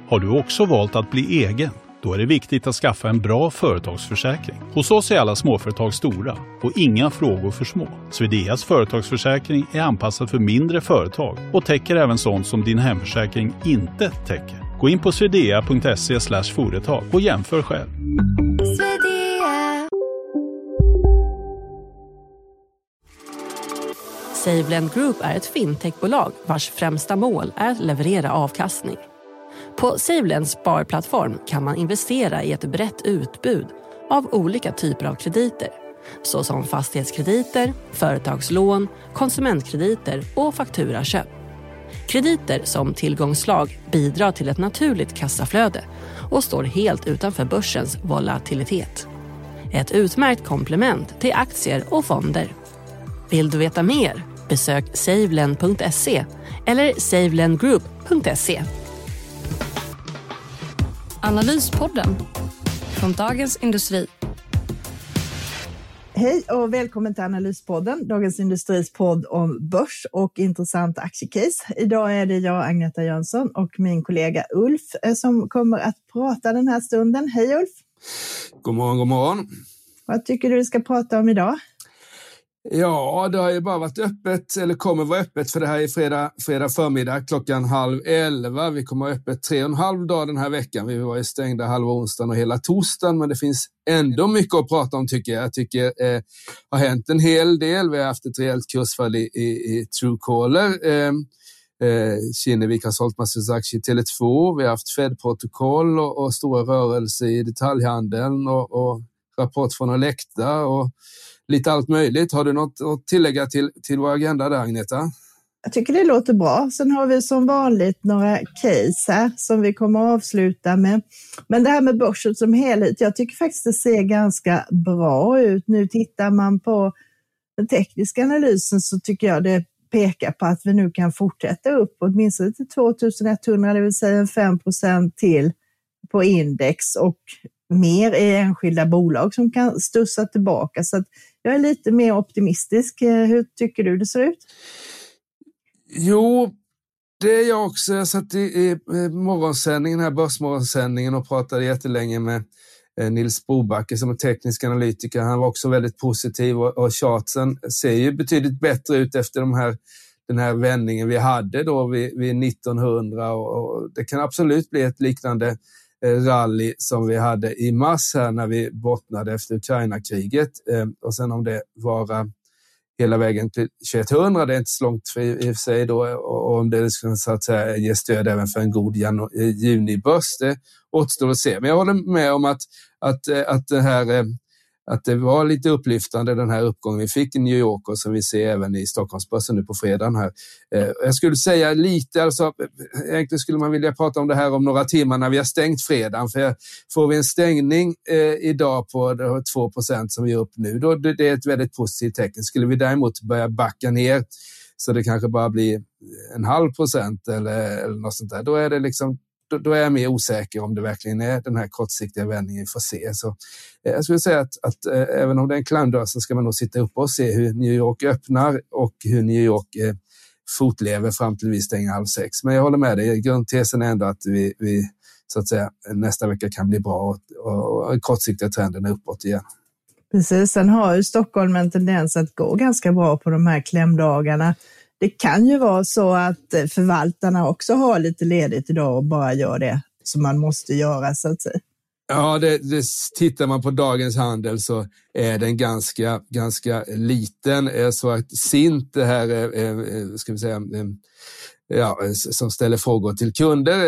Har du också valt att bli egen? Då är det viktigt att skaffa en bra företagsförsäkring. Hos oss är alla småföretag stora och inga frågor för små. Swedeas företagsförsäkring är anpassad för mindre företag och täcker även sånt som din hemförsäkring inte täcker. Gå in på swedea.se/företag och jämför själv. SaveLend Group är ett fintechbolag vars främsta mål är att leverera avkastning. På SaveLends sparplattform kan man investera i ett brett utbud av olika typer av krediter, såsom fastighetskrediter, företagslån, konsumentkrediter och fakturaköp. Krediter som tillgångslag bidrar till ett naturligt kassaflöde och står helt utanför börsens volatilitet. Ett utmärkt komplement till aktier och fonder. Vill du veta mer? Besök savelend.se eller savelendgroup.se. Analyspodden från Dagens Industri. Hej och välkommen till Analyspodden, Dagens Industris podd om börs och intressanta aktiecase. Idag är det jag, Agneta Jönsson, och min kollega Ulf som kommer att prata den här stunden. Hej Ulf! God morgon, god morgon. Vad tycker du ska prata om idag? Ja, det har ju bara varit öppet, eller kommer vara öppet, för det här är fredag förmiddag klockan 10:30. Vi kommer ha öppet 3,5 dagar den här veckan. Vi var ju stängda halva onsdagen och hela torsdagen, men det finns ändå mycket att prata om tycker jag. Jag tycker har hänt en hel del. Vi har haft ett rejält kursfall i Truecaller. Kinnevik har sålt massor av aktier i Tele2. Vi har haft Fed-protokoll och stora rörelser i detaljhandeln och rapport från Alecta och lite allt möjligt. Har du något att tillägga till vår agenda där, Agneta? Jag tycker det låter bra. Sen har vi som vanligt några case här som vi kommer att avsluta med. Men det här med börsen som helhet, jag tycker faktiskt det ser ganska bra ut. Nu tittar man på den tekniska analysen så tycker jag det pekar på att vi nu kan fortsätta upp åtminstone till 2100, det vill säga 5% till på index och mer i enskilda bolag som kan stussa tillbaka. Så att jag är lite mer optimistisk. Hur tycker du det ser ut? Jo, det är jag också. Jag satt i morgonsändningen, här börsmorgonsändningen, och pratade jättelänge med Nils Brobacke som är teknisk analytiker. Han var också väldigt positiv och chartsen ser ju betydligt bättre ut efter den här vändningen vi hade då vid 1900 och det kan absolut bli ett liknande rally som vi hade i mars här när vi bottnade efter Ukraina-kriget. Och sen om det var hela vägen till 2100, det är inte så långt i och för sig då, och om det ska så att säga ge stöd även för en god junibörs, det återstår att se. Men jag håller med om att det var lite upplyftande den här uppgången vi fick i New York och som vi ser även i Stockholmsbörsen nu på fredagen här. Jag skulle säga lite, alltså egentligen skulle man vilja prata om det här om några timmar när vi har stängt fredagen, för får vi en stängning idag på 2% som vi är upp nu, då det är ett väldigt positivt tecken. Skulle vi däremot börja backa ner så det kanske bara blir 0,5% eller något sånt där, då är det liksom, då är jag mer osäker om det verkligen är den här kortsiktiga vändningen vi får se. Så jag skulle säga att även om det är en klämdag så ska man nog sitta upp och se hur New York öppnar och hur New York fortlever fram till vi stänger 5:30. Men jag håller med dig, grundtesen är ändå att vi så att säga nästa vecka kan bli bra och kortsiktiga trenden är uppåt igen. Precis, sen har ju Stockholm en tendens att gå ganska bra på de här klämdagarna. Det kan ju vara så att förvaltarna också har lite ledigt idag och bara gör det som man måste göra så att säga. Ja, tittar man på dagens handel så är den ganska liten. Så att Sint, det här ska vi säga, som ställer frågor till kunder,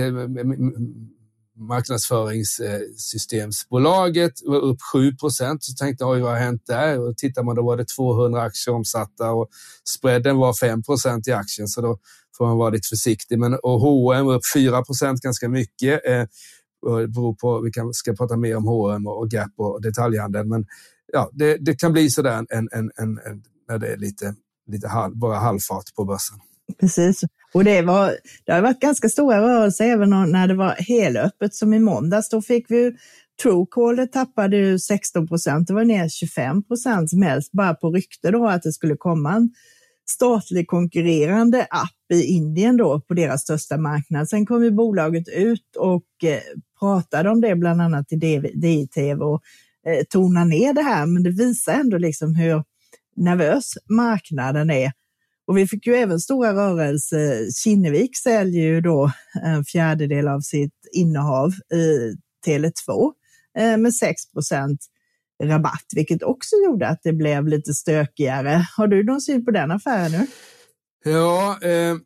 marknadsföringssystemsbolaget var upp 7%, så tänkte jag, vad har hänt där? Och tittar man, då var det 200 aktier omsatta och spreaden var 5% i aktien, så då får man vara lite försiktig. Men och H&M var upp 4%, ganska mycket. Det beror på, vi ska prata mer om H&M och Gap och detaljhandeln, men ja, det kan bli sådär när det är lite bara halvfart på börsen. Precis, och det har varit ganska stora rörelser även när det var helöppet som i måndags. Då fick vi Truecaller tappade ju 16%, det var ner 25% som helst bara på rykte då att det skulle komma en statlig konkurrerande app i Indien då på deras största marknad. Sen kom ju bolaget ut och pratade om det bland annat i DI-TV och tona ner det här, men det visar ändå liksom hur nervös marknaden är. Och vi fick ju även stora rörelser. Kinnevik säljer ju då 1/4 av sitt innehav i Tele2 med 6% rabatt, vilket också gjorde att det blev lite stökigare. Har du någon syn på den affären nu? Ja,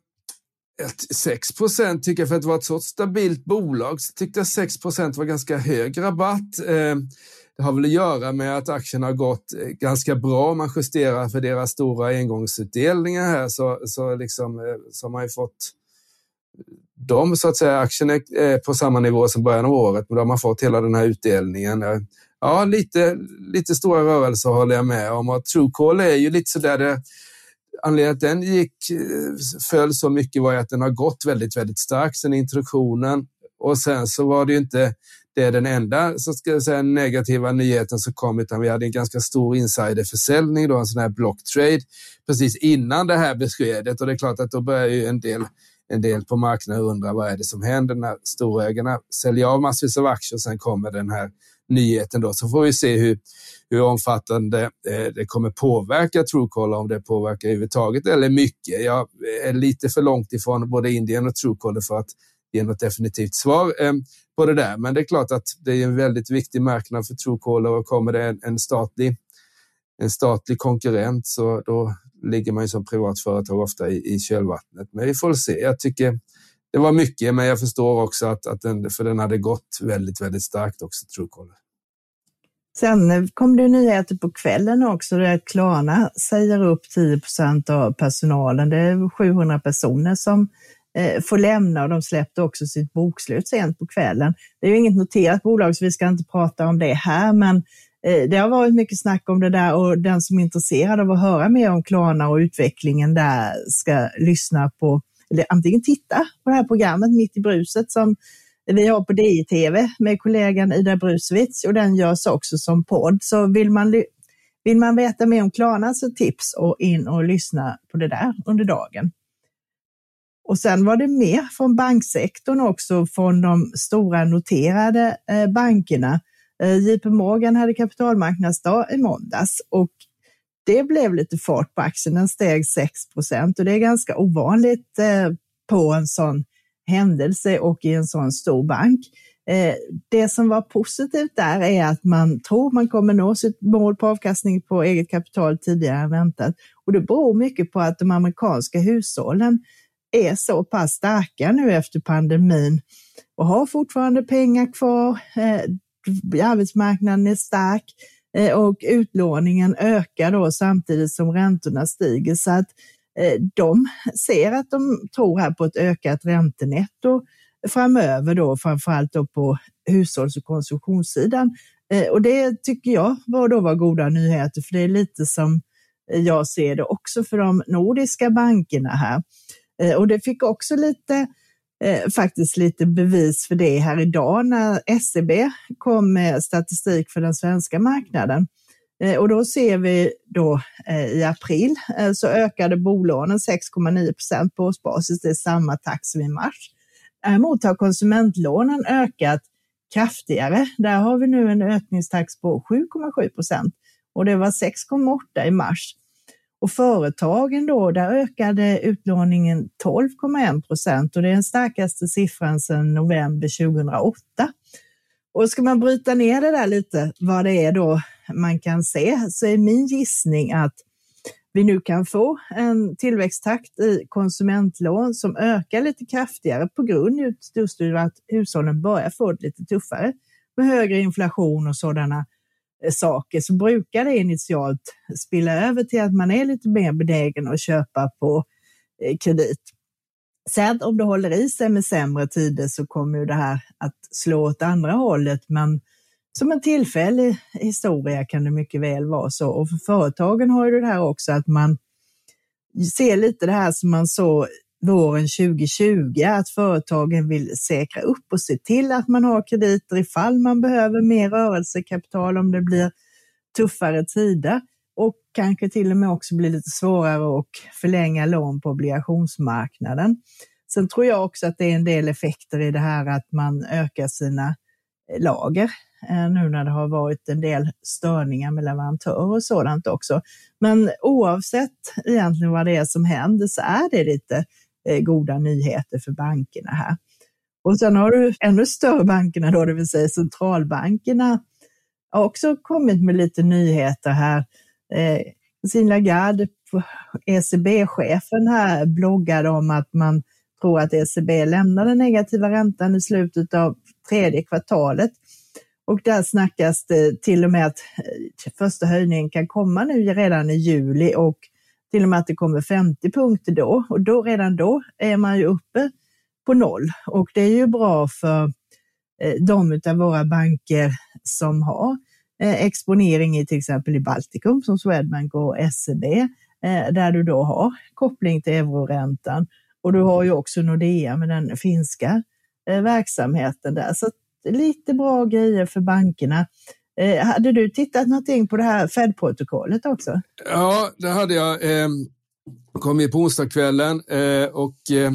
6% tycker jag, för att vara ett så stabilt bolag så tyckte jag 6% var ganska hög rabatt. Det har väl att göra med att aktien har gått ganska bra. Man justerar för deras stora engångsutdelningar här, så har man ju fått de, så att säga, aktien är på samma nivå som början av året, men då har man fått hela den här utdelningen. Ja, lite stora rörelser håller jag med om. Och Truecaller är ju lite sådär, anledningen att den föll så mycket var att den har gått väldigt, väldigt starkt sedan introduktionen. Och sen så var det ju inte den enda, så ska jag säga, negativa nyheten som kom, utan vi hade en ganska stor insiderförsäljning då, en sån här blocktrade precis innan det här beskedet. Och det är klart att då börjar ju en del på marknaden undra vad är det som händer när storägarna säljer av massvis av aktier och sen kommer den här nyheten då. Så får vi se hur omfattande det kommer påverka Truecaller, om det påverkar överhuvudtaget eller mycket. Jag är lite för långt ifrån både Indien och Truecaller för att ge något definitivt svar på det där. Men det är klart att det är en väldigt viktig marknad för Truecaller, och kommer det en statlig konkurrent så då ligger man ju som privat företag ofta i kölvattnet. Men vi får se. Jag tycker det var mycket, men jag förstår också att den hade gått väldigt, väldigt starkt också, Truecaller. Sen kom det nyheter på kvällen också där Klarna säger upp 10% av personalen. Det är 700 personer som får lämna, och de släppte också sitt bokslut sent på kvällen. Det är ju inget noterat bolag så vi ska inte prata om det här, men det har varit mycket snack om det där, och den som är intresserad av att höra mer om Klarna och utvecklingen där ska lyssna på, eller antingen titta på det här programmet Mitt i bruset som vi har på DI-TV med kollegan Ida Brusewitz, och den görs också som podd. Så vill man veta mer om Klarna så tips och in och lyssna på det där under dagen. Och sen var det mer från banksektorn också, från de stora noterade bankerna. JP Morgan hade kapitalmarknadsdag i måndags och det blev lite fart på aktien. Den steg 6% och det är ganska ovanligt på en sån händelse och i en sån stor bank. Det som var positivt där är att man tror man kommer nå sitt mål på avkastning på eget kapital tidigare än väntat. Och det beror mycket på att de amerikanska hushållen är så pass starka nu efter pandemin och har fortfarande pengar kvar. Arbetsmarknaden är stark och utlåningen ökar då samtidigt som räntorna stiger, så att de ser att de tror här på ett ökat räntenetto framöver då, framförallt då på hushålls- och konsumtionssidan. Och det tycker jag var goda nyheter, för det är lite som jag ser det också för de nordiska bankerna här. Och det fick också faktiskt lite bevis för det här idag när SEB kom med statistik för den svenska marknaden. Och då ser vi då i april så ökade bolånen 6,9% på årsbasis. Det är samma takt som i mars. Däremot har konsumentlånen ökat kraftigare. Där har vi nu en ökningstakt på 7,7% och det var 6,8% i mars. Och företagen då, där ökade utlåningen 12,1% och det är den starkaste siffran sedan november 2008. Och ska man bryta ner det där lite, vad det är då man kan se, så är min gissning att vi nu kan få en tillväxttakt i konsumentlån som ökar lite kraftigare på grund just av att hushållen börjar få det lite tuffare med högre inflation och sådana saker, så brukar det initialt spilla över till att man är lite mer benägen att köpa på kredit. Sen om det håller i sig med sämre tider så kommer ju det här att slå åt andra hållet, men som en tillfällig historia kan det mycket väl vara så. Och för företagen har ju det här också att man ser lite det här som man såg våren 2020, att företagen vill säkra upp och se till att man har krediter ifall man behöver mer rörelsekapital om det blir tuffare tider. och kanske till och med också blir lite svårare att förlänga lån på obligationsmarknaden. Sen tror jag också att det är en del effekter i det här att man ökar sina lager nu när det har varit en del störningar med leverantörer och sådant också. Men oavsett egentligen vad det är som händer så är det lite goda nyheter för bankerna här. Och sen har du ännu större bankerna då, det vill säga centralbankerna, har också kommit med lite nyheter här. Christine Lagarde, ECB-chefen här, bloggade om att man tror att ECB lämnar den negativa räntan i slutet av tredje kvartalet. Och där snackas det till och med att första höjningen kan komma nu redan i juli och till och med att det kommer 50 punkter då. Och då, redan då är man ju uppe på 0. Och det är ju bra för de av våra banker som har exponering i till exempel i Baltikum som Swedbank och SEB, där du då har koppling till euroräntan. Och du har ju också Nordea med den finska verksamheten där. Så lite bra grejer för bankerna. Hade du tittat någonting på det här Fed-protokollet också? Ja, det hade jag. Kom ju på onsdagskvällen och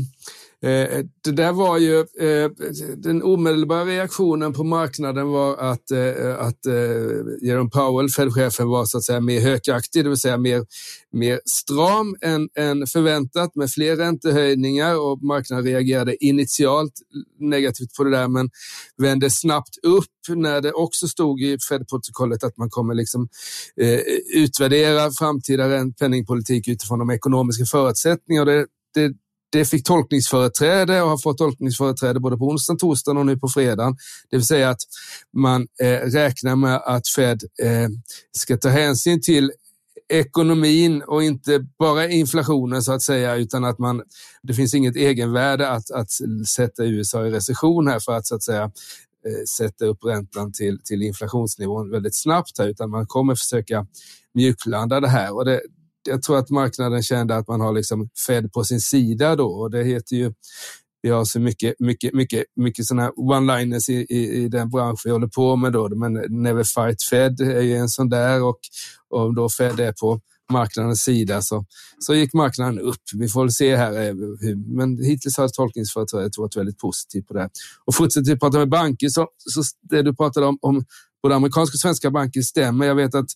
det där var ju den omedelbara reaktionen på marknaden var att Jerome Powell, Fed-chefen, var så att säga mer hökaktig, det vill säga mer stram än förväntat med fler räntehöjningar, och marknaden reagerade initialt negativt på det där men vände snabbt upp när det också stod i Fed-protokollet att man kommer liksom utvärdera framtida penningpolitik utifrån de ekonomiska förutsättningarna. Det fick tolkningsföreträde och har fått tolkningsföreträde både på onsdagen, torsdagen och nu på fredagen. Det vill säga att man räknar med att Fed ska ta hänsyn till ekonomin och inte bara inflationen så att säga, utan att det finns inget egenvärde att sätta USA i recession här för att så att säga sätta upp räntan till inflationsnivån väldigt snabbt här, utan man kommer försöka mjuklanda det här. Och jag tror att marknaden kände att man har liksom Fed på sin sida då, och det heter ju, vi har så mycket sådana här one-liners i den bransch vi håller på med då, men Never Fight Fed är ju en sån där, och om då Fed är på marknadens sida så gick marknaden upp. Vi får se här men hittills har tolkningsföreträdet varit väldigt positivt på det. Och fortsätter vi prata med banker så det du pratade om både amerikanska och svenska banker stämmer. Jag vet att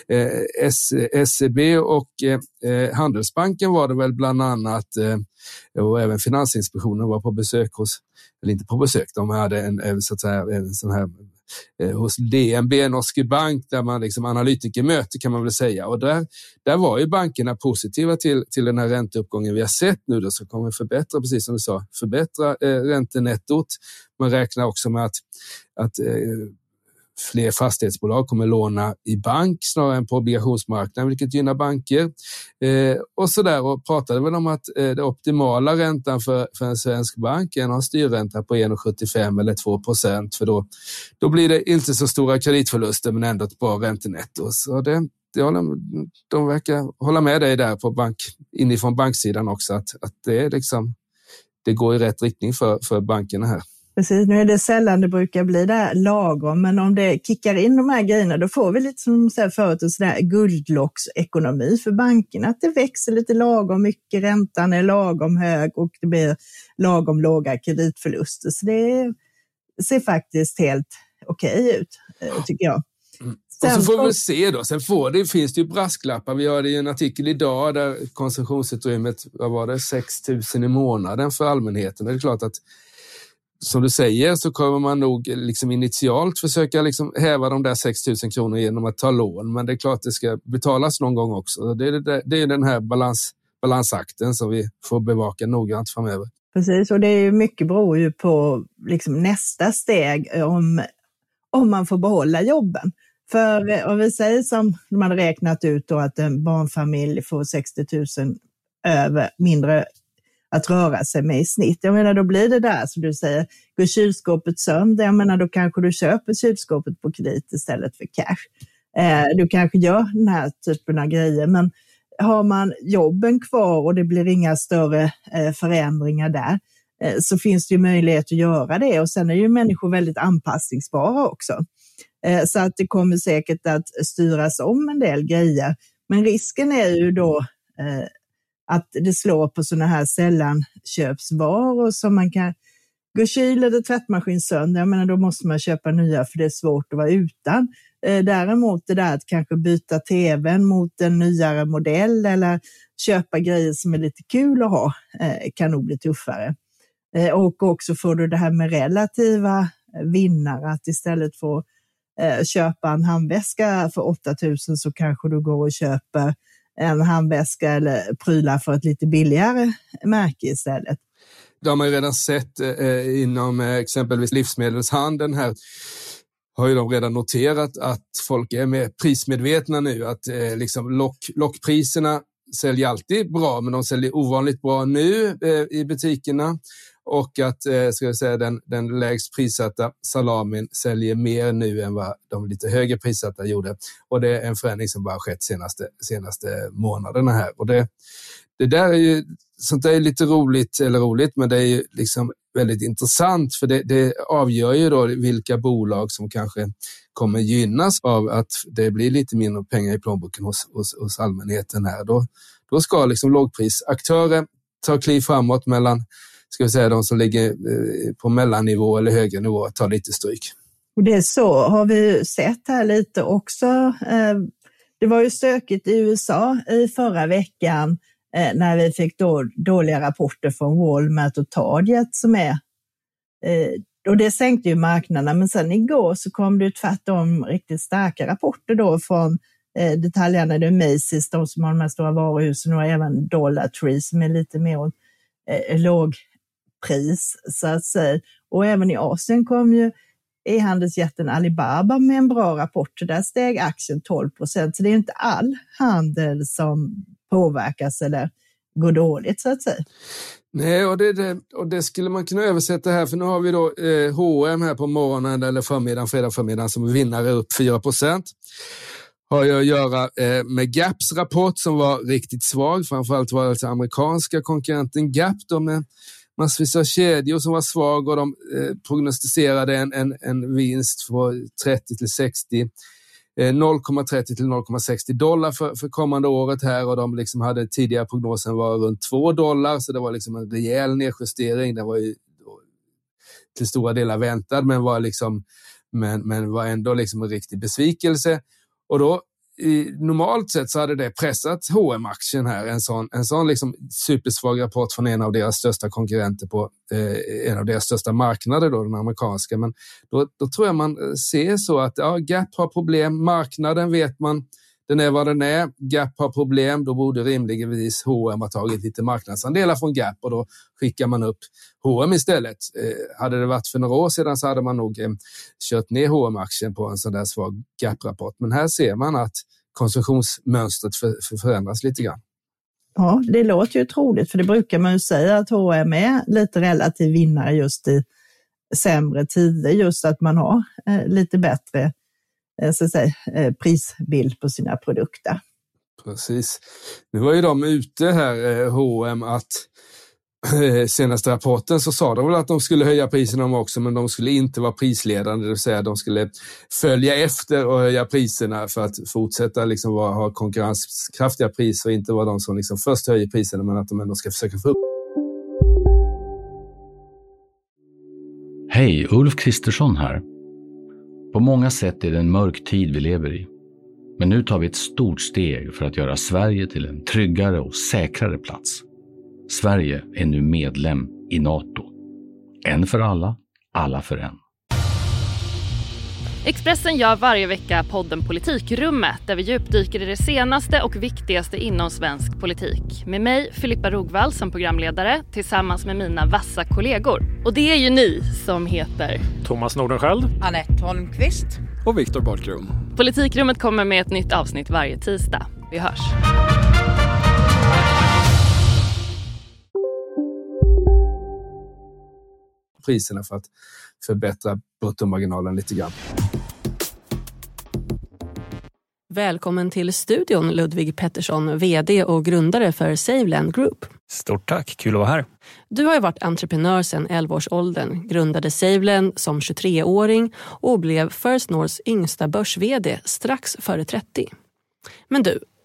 SEB och Handelsbanken var det väl bland annat, och även Finansinspektionen var på besök eller inte på besök, de hade en sån här hos DNB, Norske Bank, där man liksom analytikermöte kan man väl säga, och där var ju bankerna positiva till den här ränteuppgången vi har sett nu då, så kommer förbättra, precis som du sa, förbättra räntenettot. Man räknar också med att fler fastighetsbolag kommer låna i bank snarare än på obligationsmarknaden, vilket gynnar banker. Och sådär, och pratade väl om att det optimala räntan för en svensk bank är en styrränta på 1,75 eller 2%, för då blir det inte så stora kreditförluster men ändå ett bra räntenetto. Så de verkar hålla med dig där på inifrån banksidan också, att det är liksom, det går i rätt riktning för bankerna här. Precis, nu är det sällan det brukar bli där lagom, men om det kickar in de här grejerna då får vi lite som så här förut en sån där guldlocksekonomi för bankerna, att det växer lite lagom mycket, räntan är lagom hög och det blir lagom låga kreditförluster. Så det ser faktiskt helt okej ut, tycker jag. Och så får vi se då, finns det ju brasklappar. Vi har det i en artikel idag där konsumtionsutrymmet, vad var det, 6 000 i månaden för allmänheten. Det är klart att som du säger så kommer man nog liksom initialt försöka liksom häva de där 6 000 kronor genom att ta lån. Men det är klart att det ska betalas någon gång också. Det är den här balansakten som vi får bevaka noggrant framöver. Precis, och det är ju mycket beror ju på liksom nästa steg om man får behålla jobben. För om vi säger som de hade räknat ut då, att en barnfamilj får 60 000 över mindre att röra sig med i snitt. Jag menar, då blir det där som du säger, går kylskåpet sönder, jag menar då kanske du köper kylskåpet på kredit istället för cash. Du kanske gör den här typen av grejer, men har man jobben kvar och det blir inga större förändringar där, så finns det ju möjlighet att göra det. Och sen är ju människor väldigt anpassningsbara också. Så att det kommer säkert att styras om en del grejer. Men risken är ju då att det slår på sådana här sällanköpsvaror som man kan gå kyl eller tvättmaskin sönder. Jag menar, då måste man köpa nya för det är svårt att vara utan. Däremot det där att kanske byta tvn mot en nyare modell eller köpa grejer som är lite kul att ha kan nog bli tuffare. Och också får du det här med relativa vinnare, att istället för köpa en handväska för 8 000 så kanske du går och köper en handväska eller prylar för ett lite billigare märke istället. Det har man ju redan sett inom exempelvis livsmedelshandeln här. Har ju de redan noterat att folk är mer prismedvetna nu. Att liksom lockpriserna säljer alltid bra, men de säljer ovanligt bra nu i butikerna. Och att ska jag säga, den lägst prissatta salamin säljer mer nu än vad de lite högre prissatta gjorde. Och det är en förändring som bara skett senaste månaderna här. Och det där är ju, sånt där är lite roligt, men det är ju liksom väldigt intressant, för det avgör ju då vilka bolag som kanske kommer gynnas av att det blir lite mindre pengar i plånboken hos allmänheten här. Då ska liksom lågprisaktörer ta kliv framåt mellan, ska vi säga, de som ligger på mellannivå eller högre nivå, ta lite stryk. Och det är så har vi sett här lite också. Det var ju stökigt i USA i förra veckan när vi fick dåliga rapporter från Walmart och Target som är. Och det sänkte ju marknaderna, men sen igår så kom det tvärtom riktigt starka rapporter då från detaljhandeln, det är Macy's, de som har de här stora varuhusen, och även Dollar Tree som är lite mer lågpris så att säga. Och även i Asien kom ju e-handelsjätten Alibaba med en bra rapport, där steg aktien 12%, så det är inte all handel som påverkas eller går dåligt så att säga. Nej, och det skulle man kunna översätta här, för nu har vi då H&M här på morgonen eller fredag förmiddagen som vinnare upp 4%. Har ju att göra med Gaps rapport som var riktigt svag, framförallt var det alltså amerikanska konkurrenten Gap då med massvis av kedjor som var svag, och de prognostiserade en vinst på 30 till 60 $0,30 till $0,60 för kommande året här, och de liksom hade tidigare prognosen var runt $2, så det var liksom en rejäl nedjustering. Det var ju till stora delar väntad, men var ändå liksom en riktig besvikelse. Och då normalt sett så hade det pressat H&M-aktien här, en sån liksom supersvag rapport från en av deras största konkurrenter på en av deras största marknader då, den amerikanska. Men då tror jag man ser så att Gap har problem, marknaden vet man, den är vad den är, Gap har problem, då borde rimligtvis H&M ha tagit lite marknadsandelar från Gap, och då skickar man upp H&M istället. Hade det varit för några år sedan så hade man nog kört ner H&M-aktien på en sån där svag Gap-rapport. Men här ser man att konsumtionsmönstret förändras lite grann. Ja, det låter ju troligt, för det brukar man ju säga att H&M är lite relativ vinnare just i sämre tider, just att man har lite bättre så att säga, prisbild på sina produkter. Precis. Nu var ju de ute här, H&M, att senaste rapporten så sa de väl att de skulle höja priserna också, men de skulle inte vara prisledande, det vill säga de skulle följa efter och höja priserna för att fortsätta liksom ha konkurrenskraftiga priser och inte vara de som liksom först höjer priserna, men att de ändå ska försöka få upp. Hej, Ulf Kristersson här. På många sätt är det en mörk tid vi lever i. Men nu tar vi ett stort steg för att göra Sverige till en tryggare och säkrare plats. Sverige är nu medlem i NATO. En för alla, alla för en. Expressen gör varje vecka podden Politikrummet, där vi djupdyker i det senaste och viktigaste inom svensk politik. Med mig, Filippa Rogvall, som programledare, tillsammans med mina vassa kollegor. Och det är ju ni som heter Thomas Nordenskjöld, Anette Holmqvist och Viktor Bartgrum. Politikrummet kommer med ett nytt avsnitt varje tisdag. Vi hörs. Priserna för att förbättra bruttomarginalen lite grann. Välkommen till studion, Ludvig Pettersson, vd och grundare för Saveland Group. Stort tack, kul att vara här. Du har ju varit entreprenör sedan 11-årsåldern, grundade Saveland som 23-åring och blev First Norths yngsta börs-vd strax före 30. Men du,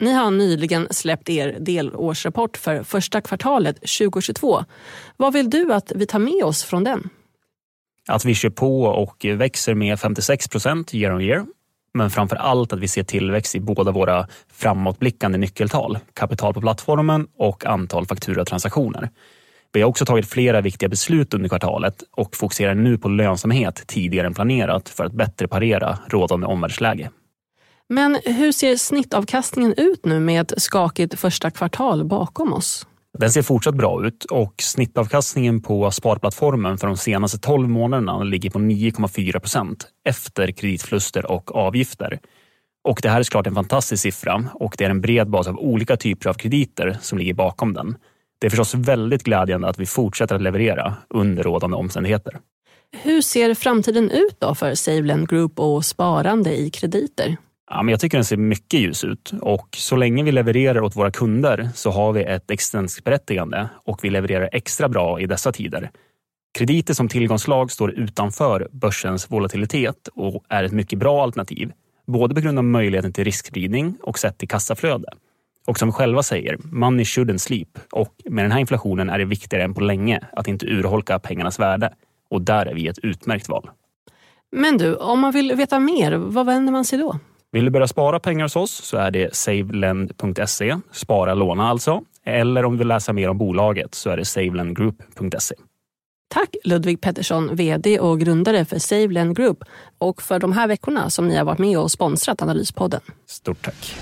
Ni har nyligen släppt er delårsrapport för första kvartalet 2022. Vad vill du att vi tar med oss från den? Att vi kör på och växer med 56% year on year. Men framför allt att vi ser tillväxt i båda våra framåtblickande nyckeltal. Kapital på plattformen och antal fakturatransaktioner. Vi har också tagit flera viktiga beslut under kvartalet och fokuserar nu på lönsamhet tidigare än planerat för att bättre parera rådande omvärldsläge. Men hur ser snittavkastningen ut nu med ett skakigt första kvartal bakom oss? Den ser fortsatt bra ut och snittavkastningen på sparplattformen för de senaste 12 månaderna ligger på 9,4% efter kreditförluster och avgifter. Och det här är såklart en fantastisk siffra och det är en bred bas av olika typer av krediter som ligger bakom den. Det är förstås väldigt glädjande att vi fortsätter att leverera under rådande omständigheter. Hur ser framtiden ut då för SaveLend Group och sparande i krediter? Ja, men jag tycker den ser mycket ljus ut och så länge vi levererar åt våra kunder så har vi ett existensberättigande och vi levererar extra bra i dessa tider. Krediter som tillgångslag står utanför börsens volatilitet och är ett mycket bra alternativ, både på grund av möjligheten till riskspridning och sett till kassaflöde. Och som själva säger, money shouldn't sleep och med den här inflationen är det viktigare än på länge att inte urholka pengarnas värde och där är vi ett utmärkt val. Men du, om man vill veta mer, vad vänder man sig då? Vill du börja spara pengar hos oss så är det savelend.se, spara låna alltså. Eller om du vill läsa mer om bolaget så är det savelendgroup.se. Tack Ludvig Pettersson, vd och grundare för SaveLend Group och för de här veckorna som ni har varit med och sponsrat Analyspodden. Stort tack.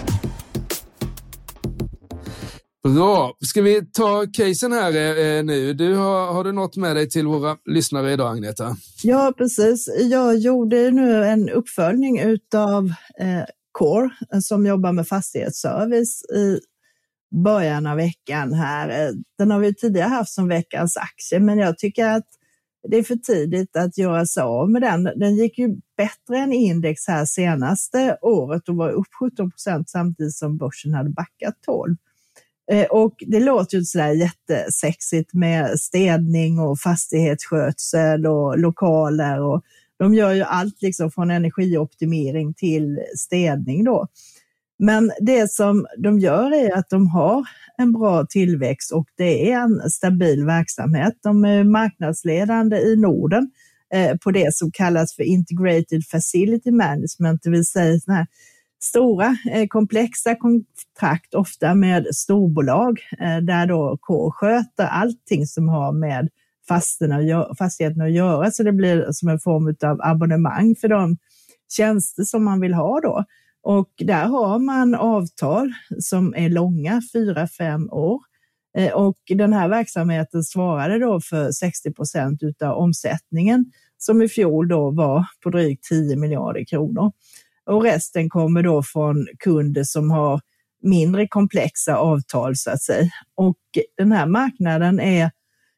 Bra, ska vi ta casen här nu? Har du något med dig till våra lyssnare idag, Agneta? Ja, precis. Jag gjorde nu en uppföljning utav Core som jobbar med fastighetsservice i början av veckan här. Den har vi tidigare haft som veckans aktie, men jag tycker att det är för tidigt att göra sig av med den. Den gick ju bättre än index här senaste året och var upp 17% samtidigt som börsen hade backat 12%. Och det låter ju sådär jättesexigt med städning och fastighetsskötsel och lokaler och de gör ju allt liksom från energioptimering till städning då. Men det som de gör är att de har en bra tillväxt och det är en stabil verksamhet. De är marknadsledande i Norden på det som kallas för Integrated Facility Management, det vill säga såna här stora, komplexa kontrakt, ofta med storbolag, där då Core sköter allting som har med fastigheten att göra. Så det blir som en form av abonnemang för de tjänster som man vill ha då. Och där har man avtal som är långa, 4-5 år. Och den här verksamheten svarade då för 60% utav omsättningen som i fjol då var på drygt 10 miljarder kronor. Och resten kommer då från kunder som har mindre komplexa avtal så att säga. Och den här marknaden är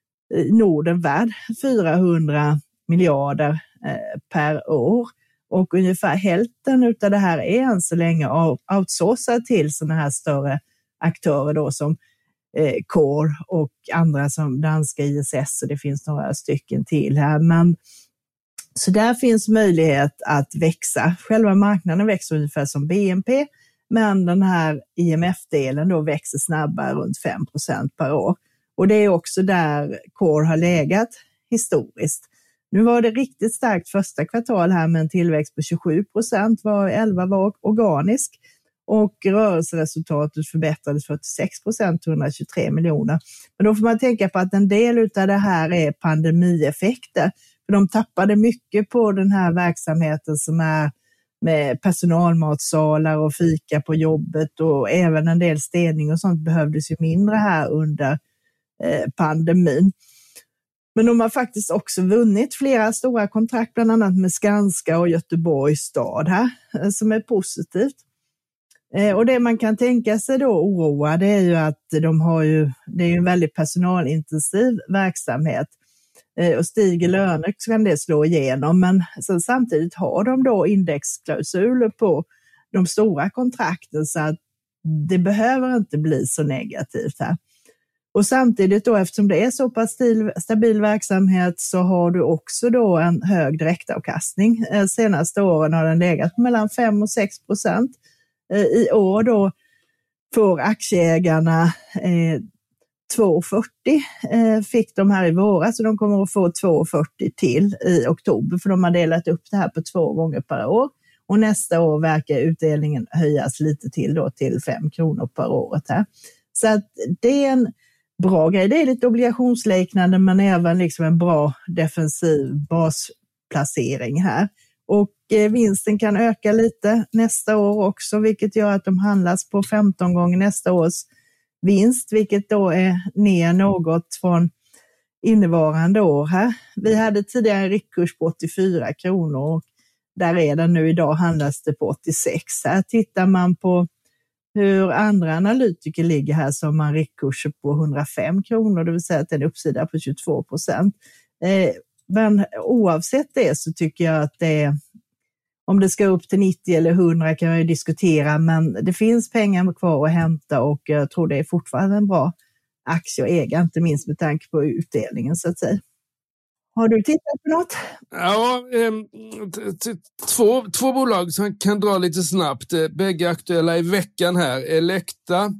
Norden värd 400 miljarder per år. Och ungefär hälften av det här är än så länge outsourcat till sådana här större aktörer då som Core och andra som danska ISS och det finns några stycken till här. Men så där finns möjlighet att växa. Själva marknaden växer ungefär som BNP, men den här IMF-delen då växer snabbare, runt 5% per år. Och det är också där Core har legat historiskt. Nu var det riktigt starkt första kvartal här med en tillväxt på 27%, var 11% var organisk och rörelseresultatet förbättrades 46% till 123 miljoner. Men då får man tänka på att en del av det här är pandemieffekter. För de tappade mycket på den här verksamheten som är med personalmatsalar och fika på jobbet och även en del städning och sånt behövdes ju mindre här under pandemin. Men de har faktiskt också vunnit flera stora kontrakt, bland annat med Skanska och Göteborgs stad här, som är positivt. Och det man kan tänka sig då oroa, det är ju att det är ju en väldigt personalintensiv verksamhet. Och stiger löner så kan det slå igenom, men samtidigt har de då indexklausuler på de stora kontrakten så att det behöver inte bli så negativt här. Och samtidigt då, eftersom det är så pass stabil verksamhet så har du också då en hög direktavkastning. Senaste åren har den legat mellan 5 och 6%. I år då får aktieägarna 2,40 fick de här i våras, så de kommer att få 2,40 till i oktober, för de har delat upp det här på 2 gånger per år. Och nästa år verkar utdelningen höjas lite till då, till 5 kronor per år här. Så att det är en bra grej. Det är lite obligationsliknande, men även liksom en bra defensiv basplacering här. Och vinsten kan öka lite nästa år också, vilket gör att de handlas på 15 gånger nästa års vinst, vilket då är ner något från innevarande år här. Vi hade tidigare en riktkurs på 84 kronor och där är den nu, idag handlas det på 86. Här tittar man på hur andra analytiker ligger här, så har man riktkurser på 105 kronor, det vill säga att det är en uppsida på 22%. Men oavsett det så tycker jag att det är, om det ska upp till 90 eller 100 kan jag ju diskutera, men det finns pengar kvar att hämta och jag tror det är fortfarande en bra aktie att äga, inte minst med tanke på utdelningen så att säga. Har du tittat på något? Ja, två bolag som kan dra lite snabbt. Bägge aktuella i veckan här. Elekta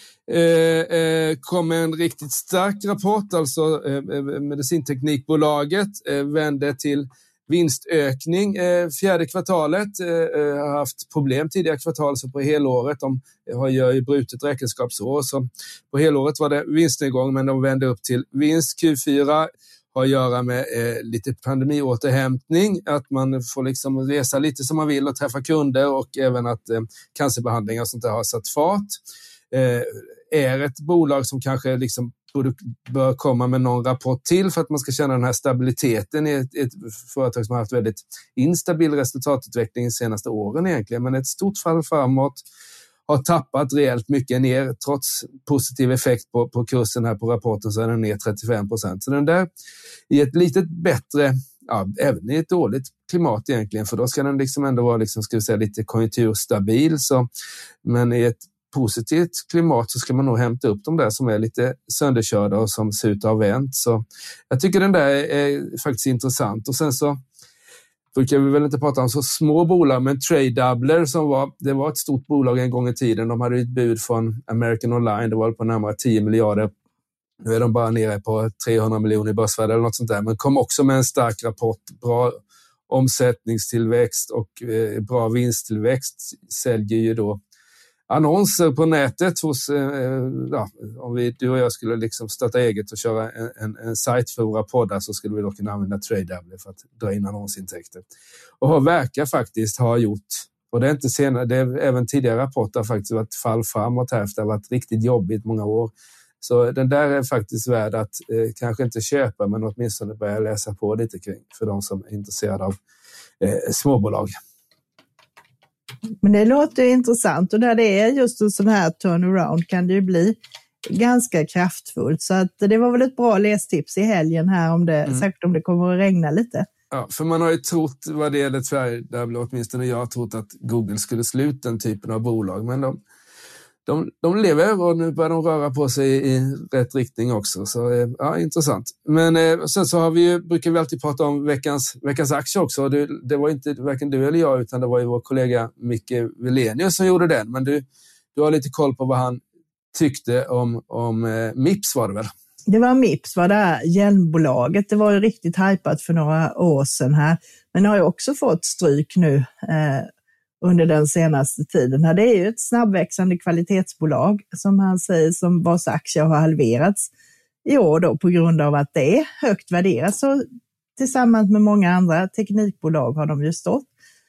kom med en riktigt stark rapport, alltså medicinteknikbolaget vände till vinstökning fjärde kvartalet, har haft problem tidigare kvartal, så på helåret, de gör ju brutet räkenskapsår, så på helåret var det vinstnedgång, men de vände upp till vinst. Q4 har att göra med lite pandemiåterhämtning, att man får liksom resa lite som man vill och träffa kunder, och även att cancerbehandlingar och sånt där har satt fart. Är ett bolag som kanske liksom bör komma med någon rapport till för att man ska känna den här stabiliteten i ett företag som har haft väldigt instabil resultatutveckling de senaste åren egentligen, men ett stort fall framåt, har tappat rejält mycket ner, trots positiv effekt på kursen här på rapporten så är den ner 35%. Så den där i ett litet bättre, ja, även i ett dåligt klimat egentligen, för då ska den liksom ändå vara liksom, ska vi säga, lite konjunkturstabil, så, men i ett positivt klimat så ska man nog hämta upp de där som är lite sönderkörda och som ser ut att ha vänt. Så jag tycker den där är faktiskt intressant. Och sen så brukar vi väl inte prata om så små bolag, men Tradedoubler det var ett stort bolag en gång i tiden. De hade ett bud från American Online, det var på närmare 10 miljarder. Nu är de bara nere på 300 miljoner i börsvärde eller något sånt där, men kom också med en stark rapport, bra omsättningstillväxt och bra vinsttillväxt, säljer ju då annonser på nätet hos, om du och jag skulle liksom starta eget och köra en sajt för våra poddar, så skulle vi då kunna använda Tradedoubler för att dra in annonsintäkter. Och verkar faktiskt ha gjort, och det är inte senare, det är även tidigare rapporter faktiskt varit fall framåt här, efter det har varit riktigt jobbigt många år. Så den där är faktiskt värd att kanske inte köpa, men åtminstone börja läsa på lite kring för de som är intresserade av småbolag. Men det låter intressant, och där det är just en sån här turnaround kan det ju bli ganska kraftfullt. Så att det var väl ett bra lästips i helgen här, om det, säkert om det kommer att regna lite. Ja, för man har ju trott, vad det gäller Sverige, där blir åtminstone jag har trott att Google skulle sluta den typen av bolag, men de lever och nu börjar de röra på sig i rätt riktning också. Så ja, intressant. Men sen så har brukar vi alltid prata om veckans aktie också. Det var inte varken du eller jag, utan det var ju vår kollega Micke Wellenius som gjorde den. Men du har lite koll på vad han tyckte om Mips, var det väl? Det var Mips, var det här hjälmbolaget. Det var ju riktigt hypat för några år sedan här. Men har ju också fått stryk nu under den senaste tiden. Det är ju ett snabbväxande kvalitetsbolag som han säger, som vars aktier har halverats i år då, på grund av att det är högt värderat. Så tillsammans med många andra teknikbolag har de ju stått.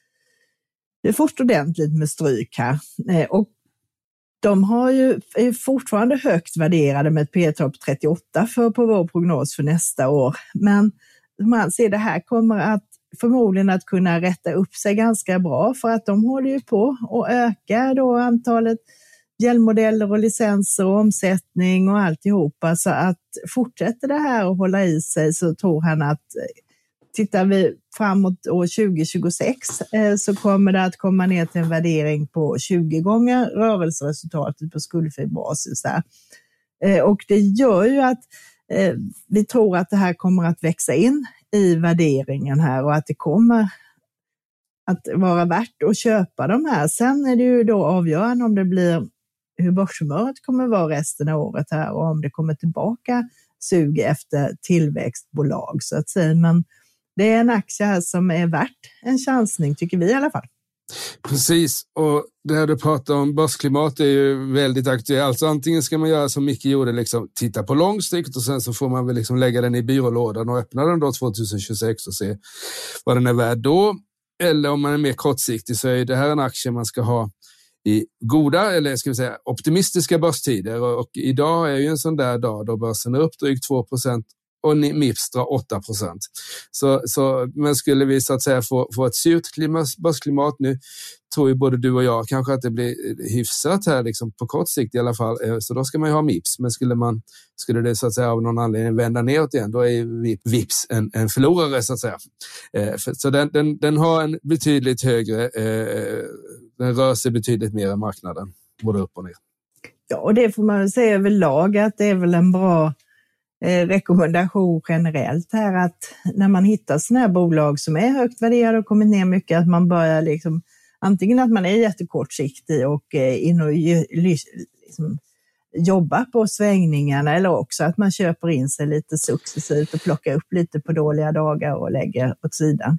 Det får ordentligt med stryk här. Och de är fortfarande högt värderade med ett P/E på 38 på vår prognos för nästa år. Men man ser det här kommer att förmodligen att kunna rätta upp sig ganska bra, för att de håller ju på och öka då antalet hjälmmodeller och licenser och omsättning och alltihopa. Så att fortsätter det här att hålla i sig, så tror han att tittar vi framåt år 2026 så kommer det att komma ner till en värdering på 20 gånger rörelseresultatet på skuldfri basis här. Och det gör ju att vi tror att det här kommer att växa in i värderingen här, och att det kommer att vara värt att köpa de här. Sen är det ju då avgörande om det blir hur börshumöret kommer vara resten av året här och om det kommer tillbaka sug efter tillväxtbolag så att säga. Men det är en aktie här som är värt en chansning tycker vi i alla fall. Precis, och det här du pratar om börsklimat är ju väldigt aktuellt. Alltså antingen ska man göra som Micke gjorde, liksom, titta på lång sikt och sen så får man väl liksom lägga den i byrålådan och öppna den då 2026 och se vad den är värd då. Eller om man är mer kortsiktig så är det här en aktie man ska ha i goda eller ska vi säga optimistiska börstider och idag är ju en sån där dag då börsen är upp drygt 2% och Mips drar 8%. Men skulle vi så att säga få ett surt börsklimat nu tror ju både du och jag kanske att det blir hyfsat här liksom på kort sikt i alla fall. Så då ska man ju ha Mips. Men skulle det så att säga av någon anledning vända neråt igen då är ju Vips en förlorare så att säga. Så den har en betydligt högre, den rör sig betydligt mer än marknaden både upp och ner. Ja, och det får man väl säga överlag att det är väl en bra rekommendation generellt här att när man hittar sådana här bolag som är högt värderade och kommit ner mycket att man börjar liksom antingen att man är jättekortsiktig och in och liksom jobba på svängningarna eller också att man köper in sig lite successivt och plockar upp lite på dåliga dagar och lägger åt sidan.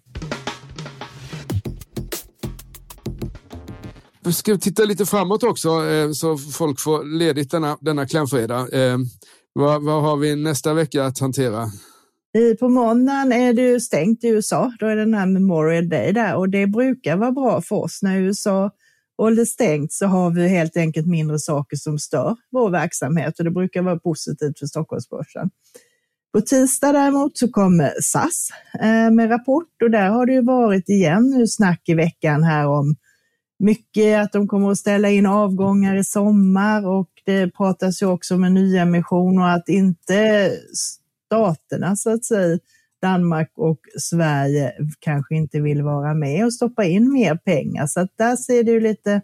Vi ska titta lite framåt också så folk får ledigt denna klämfredag. Vad har vi nästa vecka att hantera? På måndagen är det ju stängt i USA. Då är det den här Memorial Day där. Och det brukar vara bra för oss. När USA håller stängt så har vi helt enkelt mindre saker som stör vår verksamhet. Och det brukar vara positivt för Stockholmsbörsen. På tisdag däremot så kommer SAS med rapport. Och där har det ju varit igen nu snack i veckan här om mycket att de kommer att ställa in avgångar i sommar. Och det pratas ju också om en nyemission och att inte staterna så att säga, Danmark och Sverige kanske inte vill vara med och stoppa in mer pengar. Så att där ser det ju lite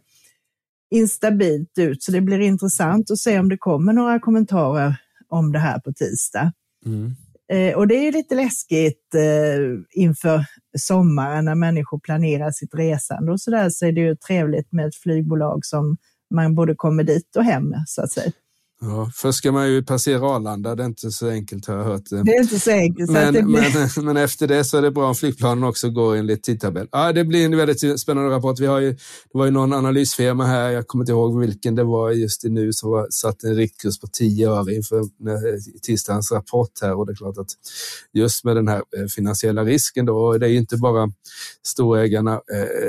instabilt ut. Så det blir intressant att se om det kommer några kommentarer om det här på tisdag. Mm. Och det är ju lite läskigt inför sommaren när människor planerar sitt resande och sådär så är det ju trevligt med ett flygbolag som man både kommer dit och hem så att säga. Ja, först ska man ju passera Arlanda, det är inte så enkelt har jag hört. Det är inte så enkelt. Men efter det så är det bra om flygplanen också går enligt tidtabell. Ja, det blir en väldigt spännande rapport. Det var ju någon analysfirma här, jag kommer inte ihåg vilken det var just nu som satt en riktkurs på 10 öre inför tisdagens rapport här och det är klart att just med den här finansiella risken då, det är ju inte bara storägarna,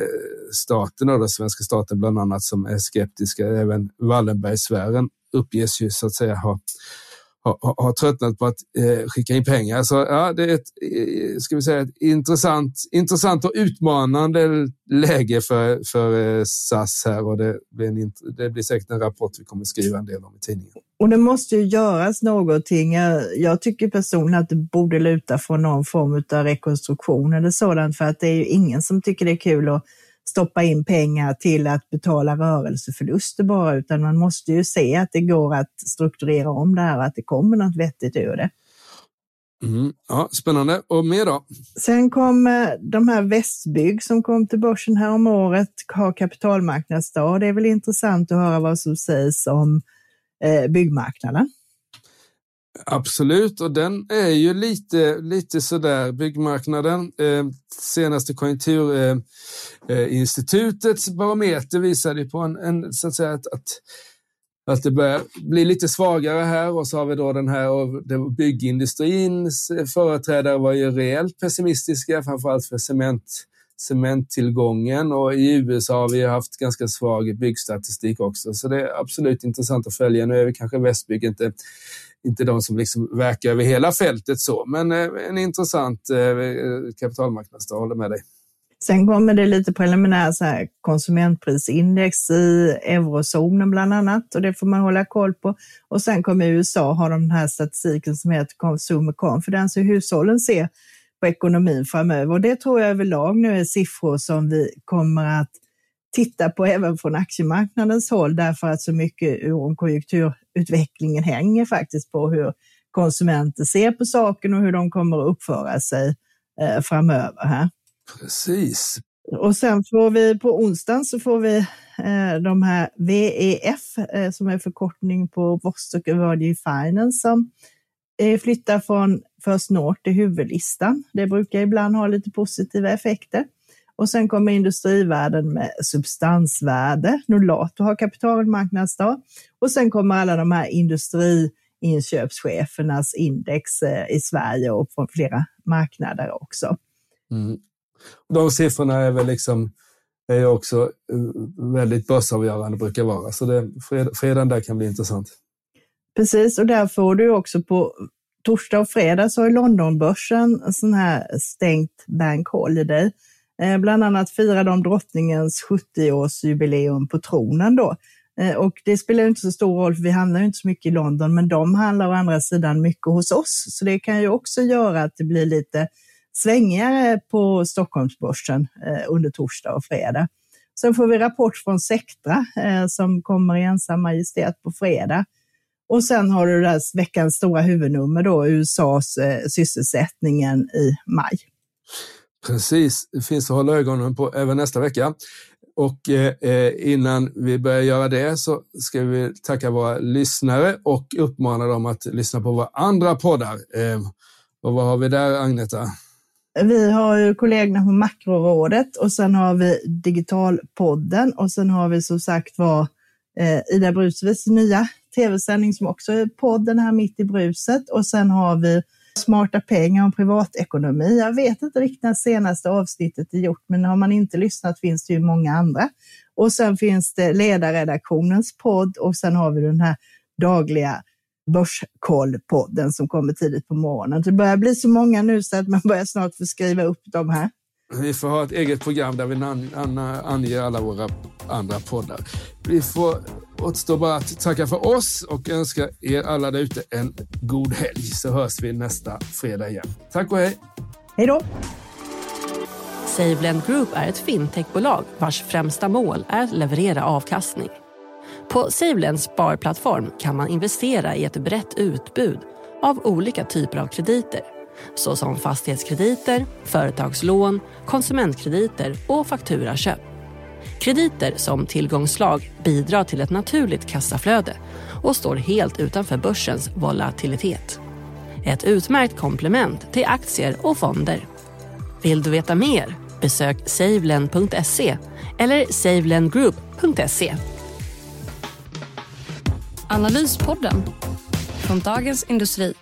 staten och den svenska staten bland annat som är skeptiska, även Wallenbergsfären uppges ju så att säga har tröttnat på att skicka in pengar. Så ja, det är ett intressant och utmanande läge för SAS här och det blir säkert en rapport vi kommer skriva en del om i tidningen. Och det måste ju göras någonting. Jag tycker personligen att det borde luta från någon form av rekonstruktion eller sådant för att det är ju ingen som tycker det är kul att stoppa in pengar till att betala rörelseförluster bara utan man måste ju se att det går att strukturera om det här och att det kommer något vettigt ur det. Ja, spännande. Och mer då? Sen kom de här Västbygg som kom till börsen här om året, har kapitalmarknadsdag. Det är väl intressant att höra vad som sägs om byggmarknaden. Absolut, och den är ju lite sådär, byggmarknaden. Senaste konjunkturinstitutets barometer visade på en så att säga att det börjar bli lite svagare här och så har vi då den här och byggindustrins företrädare var ju rejält pessimistiska framförallt för cementtillgången och i USA har vi haft ganska svag byggstatistik också så det är absolut intressant att följa. Nu är vi kanske Västbygg inte de som liksom verkar över hela fältet så, men en intressant kapitalmarknadsdag, håller med dig. Sen kommer det lite preliminärt så här konsumentprisindex i eurozonen bland annat och det får man hålla koll på. Och sen kommer USA ha den här statistiken som heter Consumer Confidence, hur hushållen ser på ekonomin framöver. Och det tror jag överlag nu är siffror som vi kommer att titta på även från aktiemarknadens håll därför att så mycket om konjunkturutvecklingen hänger faktiskt på hur konsumenter ser på saken och hur de kommer att uppföra sig framöver här. Precis. Och sen får vi på onsdagen så får vi de här VEF som är förkortning på Vostok Emerging Finance som flyttar från First North till huvudlistan. Det brukar ibland ha lite positiva effekter. Och sen kommer industrivärden med substansvärde. Nolato har kapitalmarknadsdag. Och sen kommer alla de här industriinköpschefernas index i Sverige och från flera marknader också. Mm. De siffrorna är väl är också väldigt börsavgörande brukar vara. Så fredagen där kan bli intressant. Precis, och där får du också på torsdag och fredag så har Londonbörsen en sån här stängt bank holiday. Bland annat firar de drottningens 70-årsjubileum på tronen då. Och det spelar inte så stor roll för vi handlar ju inte så mycket i London, men de handlar å andra sidan mycket hos oss. Så det kan ju också göra att det blir lite svängigare på Stockholmsbörsen under torsdag och fredag. Sen får vi rapport från Sectra som kommer i ensam majestät på fredag. Och sen har du där veckans stora huvudnummer då, USAs sysselsättningen i maj. Precis, det finns att hålla ögonen på även nästa vecka. Och innan vi börjar göra det så ska vi tacka våra lyssnare och uppmana dem att lyssna på våra andra poddar. Och vad har vi där, Agneta? Vi har ju kollegorna på Makrorådet och sen har vi Digitalpodden och sen har vi som sagt Ida Brusvis nya tv-sändning som också är podden här mitt i bruset och sen har vi Smarta pengar om privatekonomi. Jag vet inte riktigt när senaste avsnittet är gjort, men har man inte lyssnat finns det ju många andra. Och sen finns det ledarredaktionens podd och sen har vi den här dagliga Börskoll-podden som kommer tidigt på morgonen. Det börjar bli så många nu så att man börjar snart få skriva upp de här. Vi får ha ett eget program där vi anger alla våra andra poddar. Vi får återstå bara att tacka för oss och önska er alla där ute en god helg, så hörs vi nästa fredag igen. Tack och hej! Hej då! SaveLend Group är ett fintechbolag vars främsta mål är att leverera avkastning. På SaveLends sparplattform kan man investera i ett brett utbud av olika typer av krediter, såsom fastighetskrediter, företagslån, konsumentkrediter och fakturaköp. Krediter som tillgångslag bidrar till ett naturligt kassaflöde och står helt utanför börsens volatilitet. Ett utmärkt komplement till aktier och fonder. Vill du veta mer? Besök savelend.se eller savelendgroup.se. Analyspodden från Dagens Industri.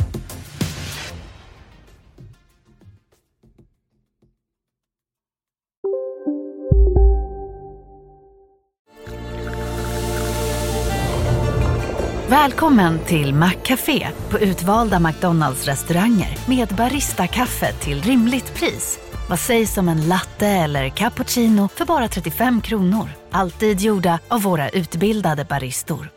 Välkommen till McCafé på utvalda McDonalds-restauranger med Barista-kaffe till rimligt pris. Vad sägs om en latte eller cappuccino för bara 35 kronor? Alltid gjorda av våra utbildade baristor.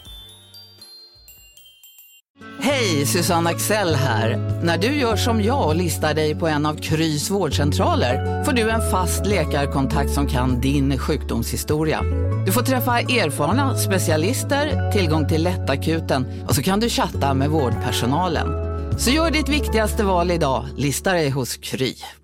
Hej, Susanne Axel här. När du gör som jag och listar dig på en av Krys vårdcentraler får du en fast läkarkontakt som kan din sjukdomshistoria. Du får träffa erfarna specialister, tillgång till lättakuten och så kan du chatta med vårdpersonalen. Så gör ditt viktigaste val idag, lista dig hos Kry.